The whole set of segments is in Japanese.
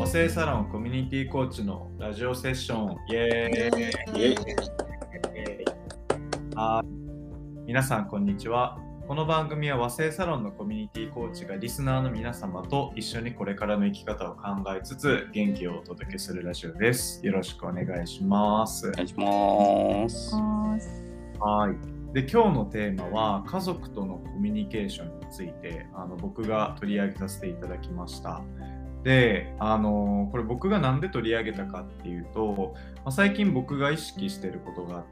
和製サロンコミュニティコーチのラジオセッション、イエーイ。皆さんこんにちは。この番組は和製サロンのコミュニティコーチがリスナーの皆様と一緒にこれからの生き方を考えつつ元気をお届けするラジオです。よろしくお願いします。 お願いします。 はい。で、今日のテーマは家族とのコミュニケーションについて僕が取り上げさせていただきました。で、これ僕がなんで取り上げたかっていうと、最近僕が意識していることがあって、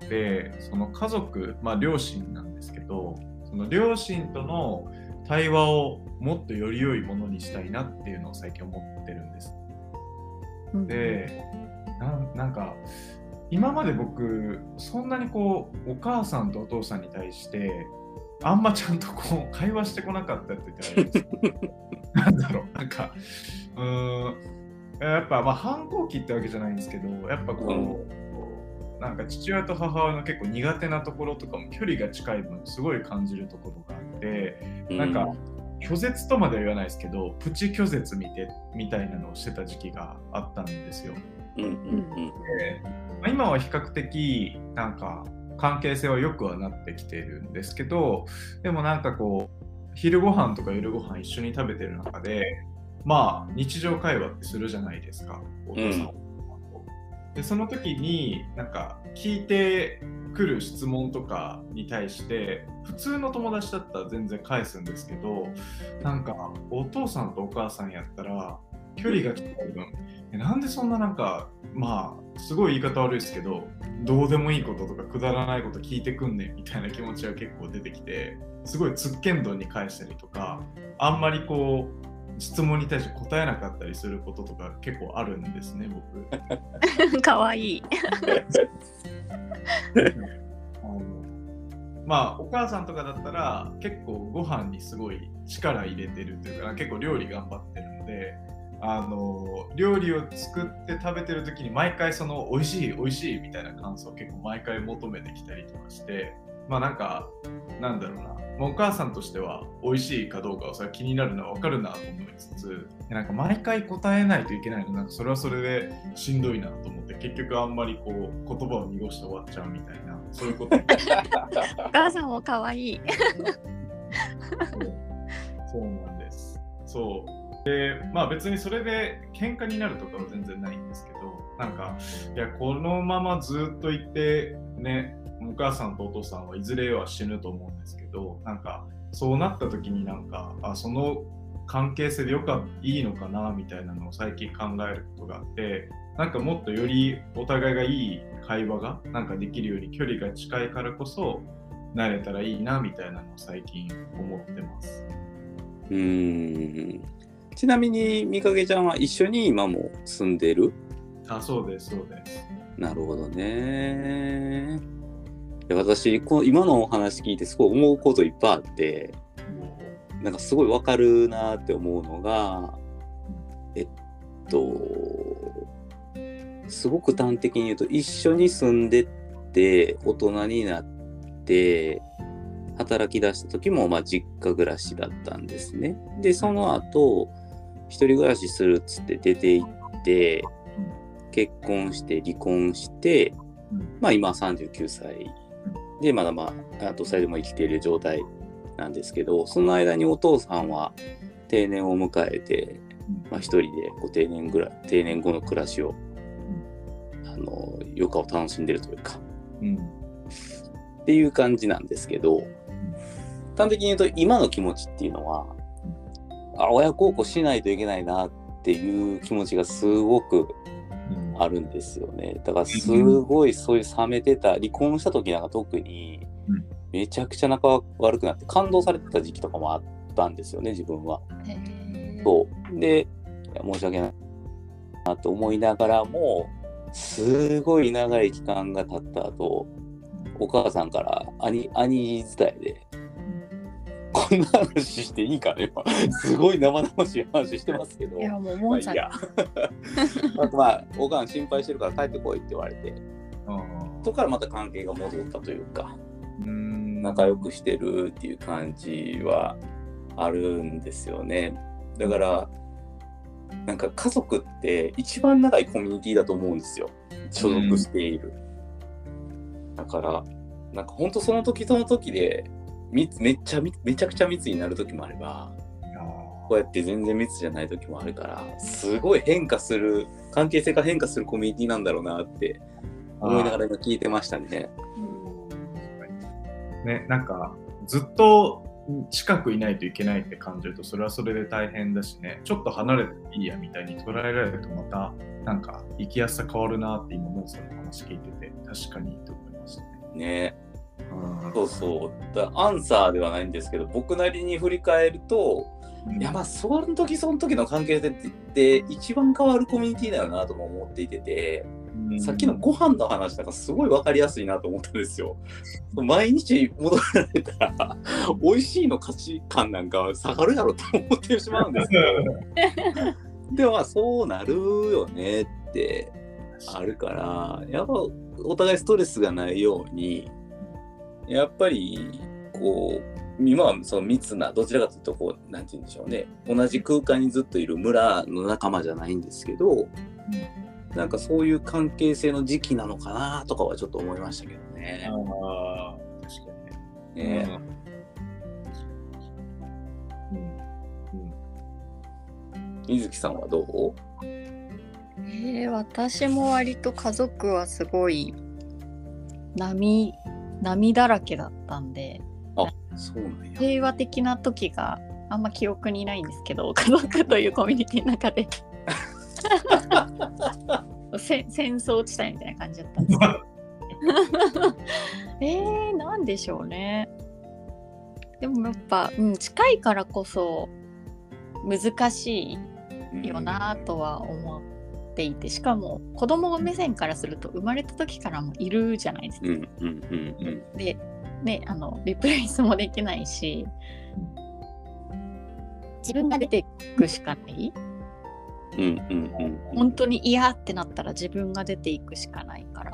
その家族、両親なんですけど、その両親との対話をもっとより良いものにしたいなっていうのを最近思ってるんです。で、なんか今まで僕そんなにお母さんとお父さんに対してあんまちゃんと会話してこなかったって言ったらいいですなんだろう、やっぱ反抗期ってわけじゃないんですけど、やっぱなんか父親と母親の結構苦手なところとかも距離が近い分すごい感じるところがあって、なんか拒絶とまでは言わないですけど、プチ拒絶みたいなのをしてた時期があったんですよ。今は比較的なんか関係性は良くはなってきているんですけど、でもなんか昼ご飯とか夜ご飯一緒に食べてる中で日常会話ってするじゃないですか、お父さん。でその時になんか聞いてくる質問とかに対して普通の友達だったら全然返すんですけど、なんかお父さんとお母さんやったら距離が近い分、なんでそんななんかすごい言い方悪いですけど、どうでもいいこととかくだらないこと聞いてくんねんみたいな気持ちが結構出てきて、すごいつっけんどんに返したりとか、あんまり質問に対して答えなかったりすることとか結構あるんですね、僕。 かわいい。 お母さんとかだったら結構ご飯にすごい力入れてるというか、結構料理頑張ってるので、料理を作って食べてる時に毎回その美味しい美味しいみたいな感想を結構毎回求めてきたりとかして、なんだろうな、お母さんとしては美味しいかどうかはそれ気になるのは分かるなと思いつつ、なんか毎回答えないといけないの、なんかそれはそれでしんどいなと思って、結局あんまり言葉を濁して終わっちゃうみたいな、そういうことお母さんもかわいい。 そうなんです。そうで、別にそれで喧嘩になるとかは全然ないんですけど、なんかいやこのままずっといてね、お母さんとお父さんはいずれは死ぬと思うんですけど、なんかそうなった時になんかその関係性でいいのかなみたいなのを最近考えることがあって、なんかもっとよりお互いがいい会話がなんかできるように距離が近いからこそなれたらいいなみたいなのを最近思ってます。 ちなみにみかけちゃんは一緒に今も住んでる？ そうですそうです。 なるほどね。私今のお話聞いてすごい思うこといっぱいあって、なんかすごいわかるなって思うのが、すごく端的に言うと、一緒に住んでって大人になって働き出した時も実家暮らしだったんですね。でその後一人暮らしするっつって出て行って結婚して離婚して、今39歳でまだ土佐でも生きている状態なんですけど、その間にお父さんは定年を迎えて、一人で定年後の暮らしを余暇を楽しんでるというか、っていう感じなんですけど、端的に言うと今の気持ちっていうのは、親孝行しないといけないなっていう気持ちがすごくあるんですよね。だからすごいそういう冷めてた、離婚した時なんか特にめちゃくちゃ仲悪くなって感動されてた時期とかもあったんですよね、自分は。そうで、申し訳ないなと思いながらも、すごい長い期間が経った後、お母さんから兄伝えで、こんな話していいかね、すごい生々しい話してますけど、 いやもうもんちゃん、 おかん心配してるから帰ってこいって言われて、そこからまた関係が戻ったというか、仲良くしてるっていう感じはあるんですよね。だからなんか家族って一番長いコミュニティだと思うんですよ、所属している。だからなんか本当その時その時でめちゃくちゃ密になる時もあれば、こうやって全然密じゃない時もあるから、すごい関係性が変化するコミュニティなんだろうなって思いながら今聞いてましたね。 ね、なんかずっと近くいないといけないって感じるとそれはそれで大変だしね、ちょっと離れていいやみたいに捉えられるとまたなんか生きやすさ変わるなって今モンさんの話聞いてて確かにいいと思いましたね。 そうそうだ、アンサーではないんですけど、僕なりに振り返ると、いやまあその時その時の関係性って一番変わるコミュニティだよなとも思っていて、さっきのご飯の話なんかすごい分かりやすいなと思ったんですよ。毎日戻られたら美味しいの価値観なんか下がるやろと思ってしまうんですけどでもまあそうなるよねってあるから、やっぱお互いストレスがないように、やっぱりこう今はその密な、どちらかというとこうなんて言うんでしょうね、同じ空間にずっといる村の仲間じゃないんですけど、なんかそういう関係性の時期なのかなとかはちょっと思いましたけどね。 確かにね。 水木さんはどう？ 私も割と家族はすごい波だらけだったんで、 そうなんや。 平和的な時があんま記憶にないんですけど、家族というコミュニティの中で戦争地帯みたいな感じだったんですけどなんでしょうね。でもやっぱ、近いからこそ難しいよなとは思っていて、しかも子供目線からすると生まれた時からもいるじゃないですか。でね、リプレイスもできないし、自分が出ていくしかない。本当に嫌ってなったら自分が出ていくしかないから、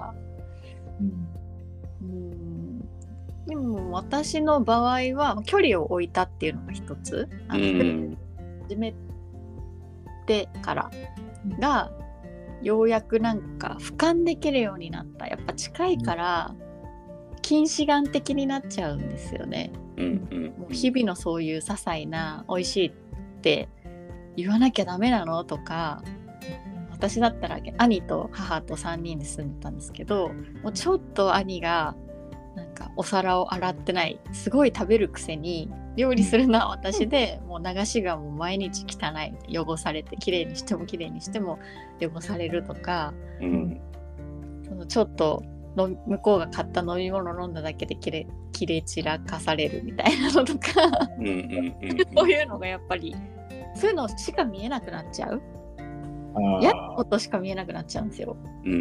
でも私の場合は距離を置いたっていうのが一つ、始めてからがようやくなんか俯瞰できるようになった。やっぱ近いから近視眼的になっちゃうんですよね。もう日々のそういう些細な美味しいって言わなきゃダメなのとか、私だったら兄と母と3人で住んでたんですけど、もうちょっと兄がなんかお皿を洗ってない、すごい食べるくせに料理するのは私で、もう流しがもう毎日汚い、汚されて、きれいにしてもきれいにしても汚されるとか、そのちょっと向こうが買った飲み物飲んだだけできれ散らかされるみたいなのとかそういうのがやっぱりそういうのしか見えなくなっちゃう。嫌なことしか見えなくなっちゃうんですよ。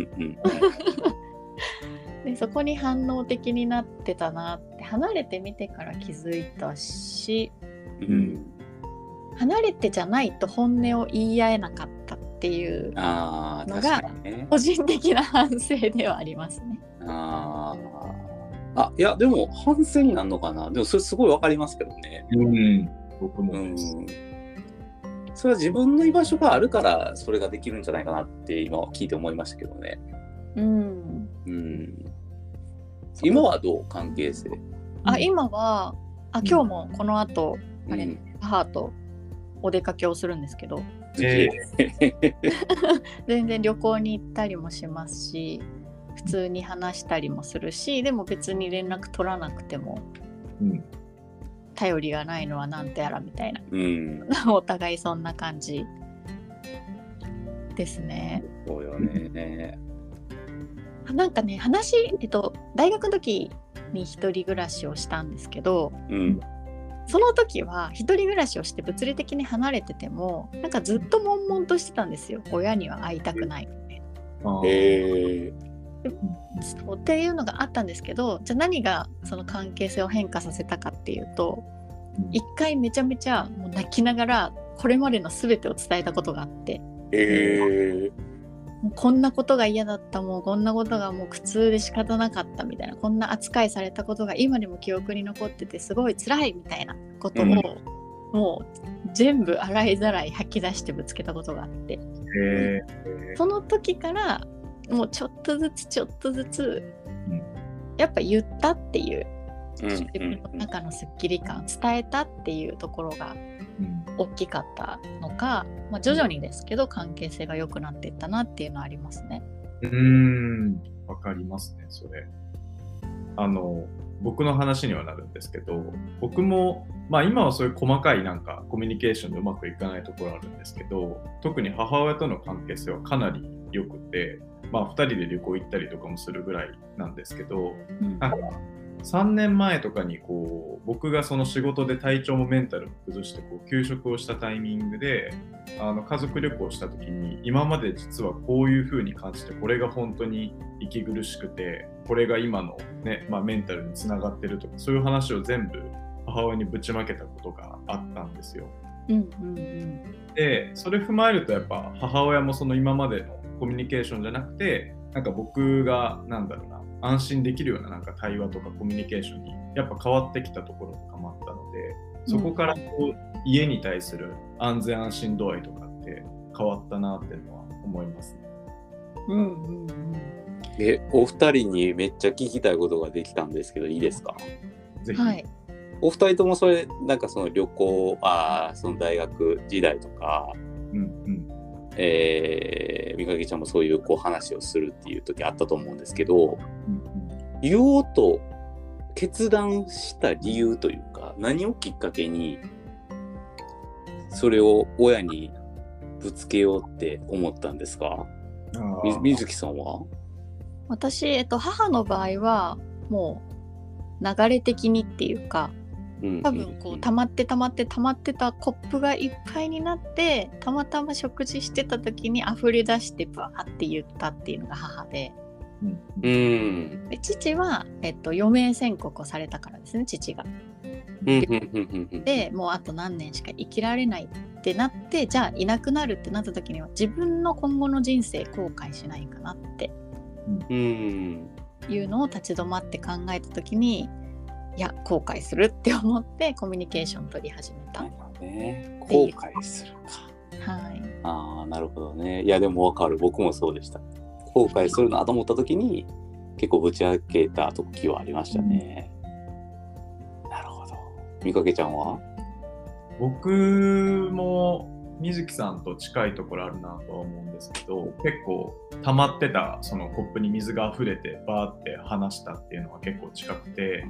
でそこに反応的になってたなって離れてみてから気づいたし、離れてじゃないと本音を言い合えなかったっていうのが個人的な反省ではありますね。 いやでも反省になるのかな。でもそれすごいわかりますけどね。 僕もです。 それは自分の居場所があるからそれができるんじゃないかなって今聞いて思いましたけどね。今はどう関係性？ 今は今日もこの後母とお出かけをするんですけど、全然旅行に行ったりもしますし、普通に話したりもするし、でも別に連絡取らなくても、頼りがないのはなんてやらみたいな、お互いそんな感じですね。 そうよね。 なんかね、大学の時に一人暮らしをしたんですけど、その時は一人暮らしをして物理的に離れててもなんかずっと悶々としてたんですよ。親には会いたくないので。そうっていうのがあったんですけど、じゃあ何がその関係性を変化させたかっていうと、一回めちゃめちゃもう泣きながらこれまでの全てを伝えたことがあって、もうこんなことが嫌だった、もうこんなことがもう苦痛で仕方なかったみたいな、こんな扱いされたことが今でも記憶に残っててすごい辛いみたいなことをもう全部洗いざらい吐き出してぶつけたことがあって、その時からもうちょっとずつちょっとずつ、やっぱ言ったっていう、自分の中のスッキリ感伝えたっていうところが大きかったのか、徐々にですけど関係性が良くなっていったなっていうのはありますね。 わかりますね、それ。僕の話にはなるんですけど、僕も、今はそういう細かいなんかコミュニケーションでうまくいかないところあるんですけど、特に母親との関係性はかなり良くて、2人で旅行行ったりとかもするぐらいなんですけど、なんか3年前とかに僕がその仕事で体調もメンタルも崩して休職をしたタイミングで家族旅行した時に、今まで実はこういう風に感じて、これが本当に息苦しくて、これが今の、ねメンタルにつながってるとか、そういう話を全部母親にぶちまけたことがあったんですよ。でそれ踏まえると、やっぱ母親もその今までのコミュニケーションじゃなくて、なんか僕が安心できるようななんか対話とかコミュニケーションにやっぱ変わってきたところとかもあったので、そこから家に対する安全安心度合いとかって変わったなっていうのは思いますね。 お二人にめっちゃ聞きたいことができたんですけど、いいですか？ ぜひ。 お二人ともそれなんかその旅行、その大学時代とか、みかけちゃんもそういう話をするっていう時あったと思うんですけど、言おうと決断した理由というか、何をきっかけにそれを親にぶつけようって思ったんですか？水木さんは？ 私、母の場合はもう流れ的にっていうか、多分溜まってたコップがいっぱいになって、たまたま食事してた時に溢れ出してバーって言ったっていうのが母で、で父は、余命宣告をされたからですね、父が。でもうあと何年しか生きられないってなって、じゃあいなくなるってなった時には、自分の今後の人生後悔しないかなっていうのを立ち止まって考えた時に、いや後悔するって思ってコミュニケーション取り始めた。 後悔するか。なるほどね。いやでも分かる、僕もそうでした。後悔するなと思った時に結構ぶち上げた時はありましたね。なるほど。みかけちゃんは？ 僕も水木さんと近いところあるなとは思うんですけど、結構溜まってたそのコップに水が溢れてバーって離したっていうのは結構近くて、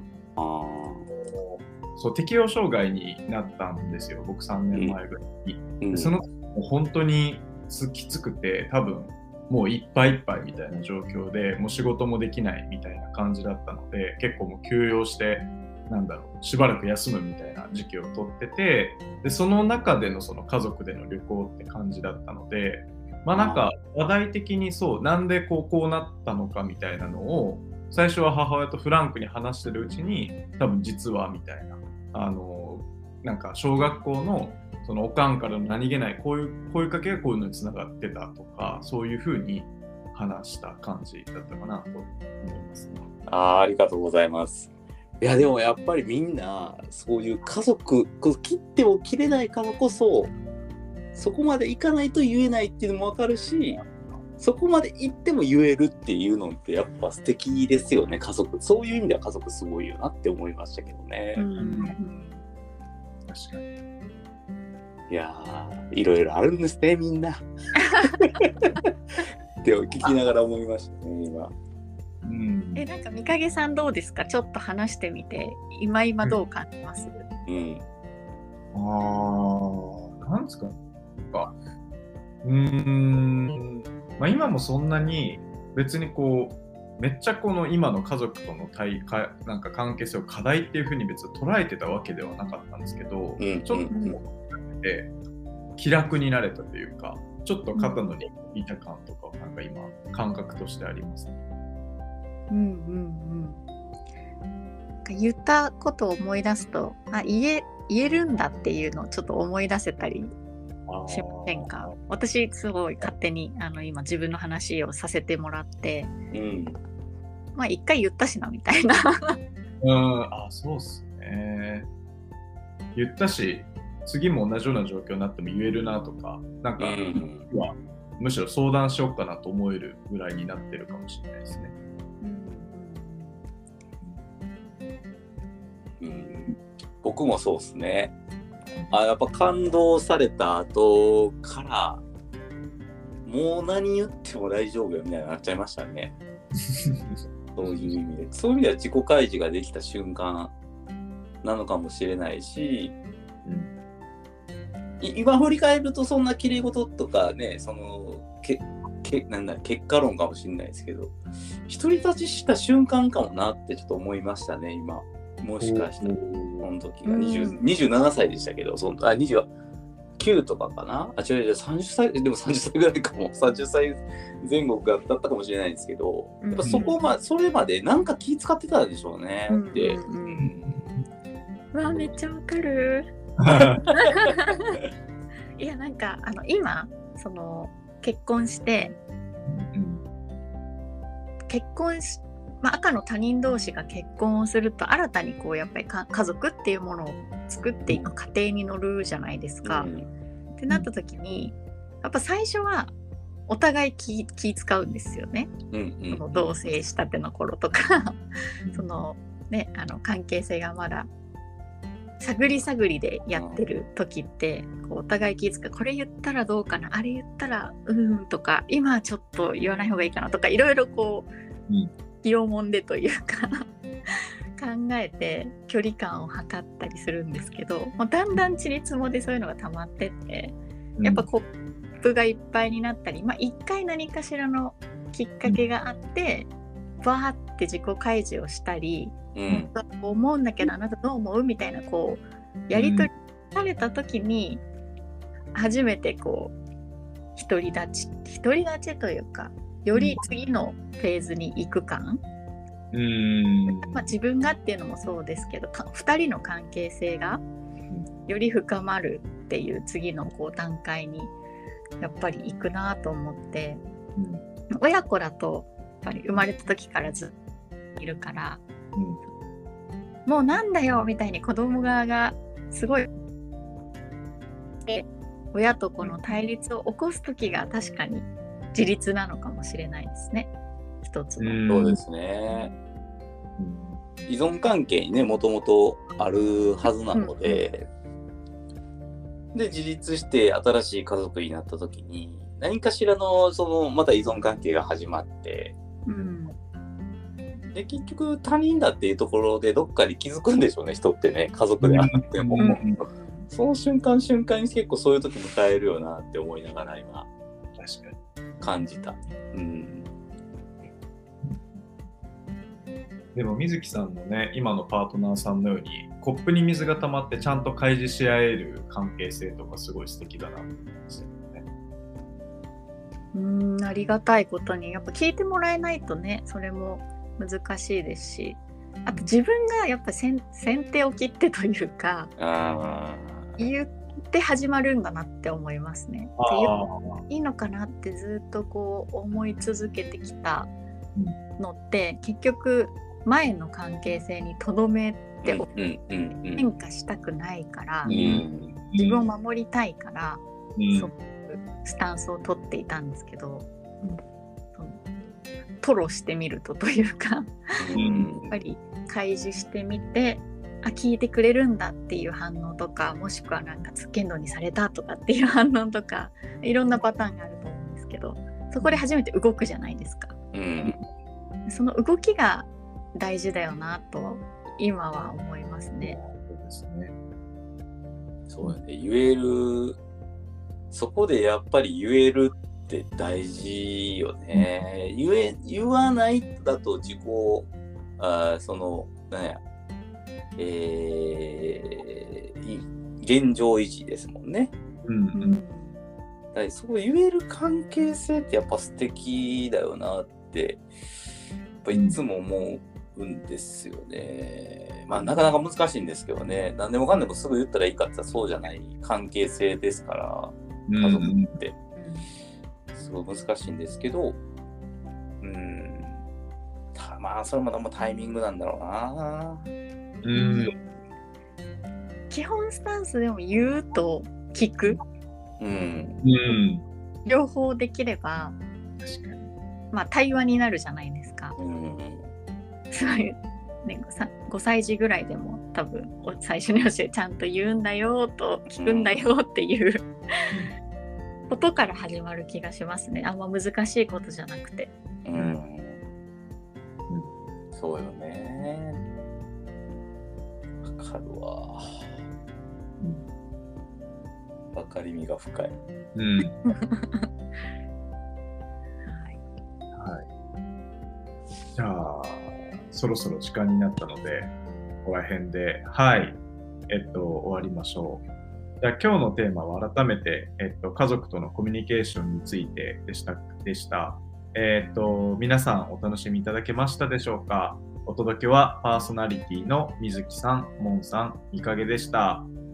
そう適応障害になったんですよ、僕3年前ぐらいに。その時も本当にきつくて、多分もういっぱいいっぱいみたいな状況で、もう仕事もできないみたいな感じだったので、結構もう休養してしばらく休むみたいな時期を取ってて、でその中でのその家族での旅行って感じだったので、なんか話題的になんでこうなったのかみたいなのを最初は母親とフランクに話してるうちに、多分実はみたいな、なんか小学校のそのおかんからの何気ない声かけがこういうのにつながってたとか、そういう風に話した感じだったかなと思いますね。 ありがとうございます。いやでもやっぱりみんなそういう家族、切っても切れないからこそ、そこまでいかないと言えないっていうのも分かるし、そこまで行っても言えるっていうのってやっぱ素敵ですよね。家族、そういう意味では家族すごいよなって思いましたけどね。 確かに。 いやいろいろあるんですね、みんな。って聞きながら思いましたね、今。 なんかみかげさんどうですか？ちょっと話してみて今どう感じます？ なんですか。今もそんなに別にめっちゃ今の家族とのなんか関係性を課題っていう風に別に捉えてたわけではなかったんですけど、ちょっと気楽になれたというか、ちょっと肩の痛感とかなんか今感覚としてありますね。 言ったことを思い出すと、言えるんだっていうのをちょっと思い出せたりしませんか？私すごい勝手に今自分の話をさせてもらって、一回言ったしなみたいな。 そうっすね。言ったし、 次も同じような状況になっても言えるなとか、なんか、むしろ相談しようかなと思えるぐらいになってるかもしれないですね。 僕もそうですね。やっぱ感動された後からもう何言っても大丈夫よみたいになっちゃいましたね。そういう意味で、そういう意味では自己開示ができた瞬間なのかもしれないし、今振り返るとそんな綺麗事とかね、その結果論かもしれないですけど、独り立ちした瞬間かもなってちょっと思いましたね、今。もしかしたらその時が27歳でしたけど、29とかかな、違う30歳、でも30歳ぐらいかも、30歳前後だったかもしれないんですけど、やっぱそれまでなんか気使ってたでしょうねって。 わあ、めっちゃわかる。いや、なんか今その結婚して赤の他人同士が結婚をすると新たにこうやっぱり家族っていうものを作っていく過程に乗るじゃないですか。ってなった時にやっぱ最初はお互い気使うんですよね。その同棲したての頃とかそのね、関係性がまだ探りでやってる時ってこうお互い気遣う、これ言ったらどうかな、あれ言ったらとか、今はちょっと言わない方がいいかなとか、いろいろこう気をもんでというか考えて距離感を測ったりするんですけど、もうだんだんちりつもでそういうのが溜まってって、やっぱコップがいっぱいになったり、一回何かしらのきっかけがあってバーって自己開示をしたり、思うんだけどあなたどう思うみたいなこうやり取りされた時に初めてこう独り立ちというか、より次のフェーズに行く感、自分がっていうのもそうですけど、2人の関係性がより深まるっていう次のこう段階にやっぱり行くなと思って、親子だとやっぱり生まれた時からずっといるから、もうなんだよみたいに子供側がすごい親とこの対立を起こす時が確かに自立なのかもしれないですね、一つの。 そうですね。依存関係にねもともとあるはずなので、で自立して新しい家族になった時に何かしらのそのまた依存関係が始まって、で結局他人だっていうところでどっかに気づくんでしょうね、人ってね、家族であっても、その瞬間に結構そういう時迎えるよなって思いながら今確かに感じた。 でも水木さんのね、今のパートナーさんのようにコップに水が溜まってちゃんと開示し合える関係性とかすごい素敵だなと思いますよね。ありがたいことにやっぱ聞いてもらえないとね、それも難しいですし、あと自分がやっぱ先手を切ってというか言って始まるんだなって思いますね。いいのかなってずっとこう思い続けてきたのって、結局前の関係性にとどめておく、変化したくないから、自分を守りたいから、そういうスタンスを取っていたんですけど、吐露してみるというかやっぱり開示してみて、聞いてくれるんだっていう反応とか、もしくはなんかつっけんどにされたとかっていう反応とか、いろんなパターンがあると思うんですけど、そこで初めて動くじゃないですか。その動きが大事だよなと今は思いますね。 そうね、言える、そこでやっぱり言えるって大事よね。言わないだと自己その現状維持ですもんね。だからそう言える関係性ってやっぱ素敵だよなってやっぱいつも思うんですよね。なかなか難しいんですけどね。何でもかんでもすぐ言ったらいいかって言ったらそうじゃない関係性ですから、家族ってすごい難しいんですけど、それもタイミングなんだろうな。 基本スタンスでも言うと聞く、両方できれば確かに、 まあ対話になるじゃないですか。そういう、ね、5歳児ぐらいでも多分最初に教えちゃんと言うんだよと聞くんだよっていうことから始まる気がしますね。あんま難しいことじゃなくて。 そうよね。わかるわ。わかりみが深い。 じゃあそろそろ時間になったのでここら辺で終わりましょう。じゃあ今日のテーマは改めて、家族とのコミュニケーションについてでした。皆さんお楽しみいただけましたでしょうか。お届けはパーソナリティの水木さん、モンさん、みかげでした。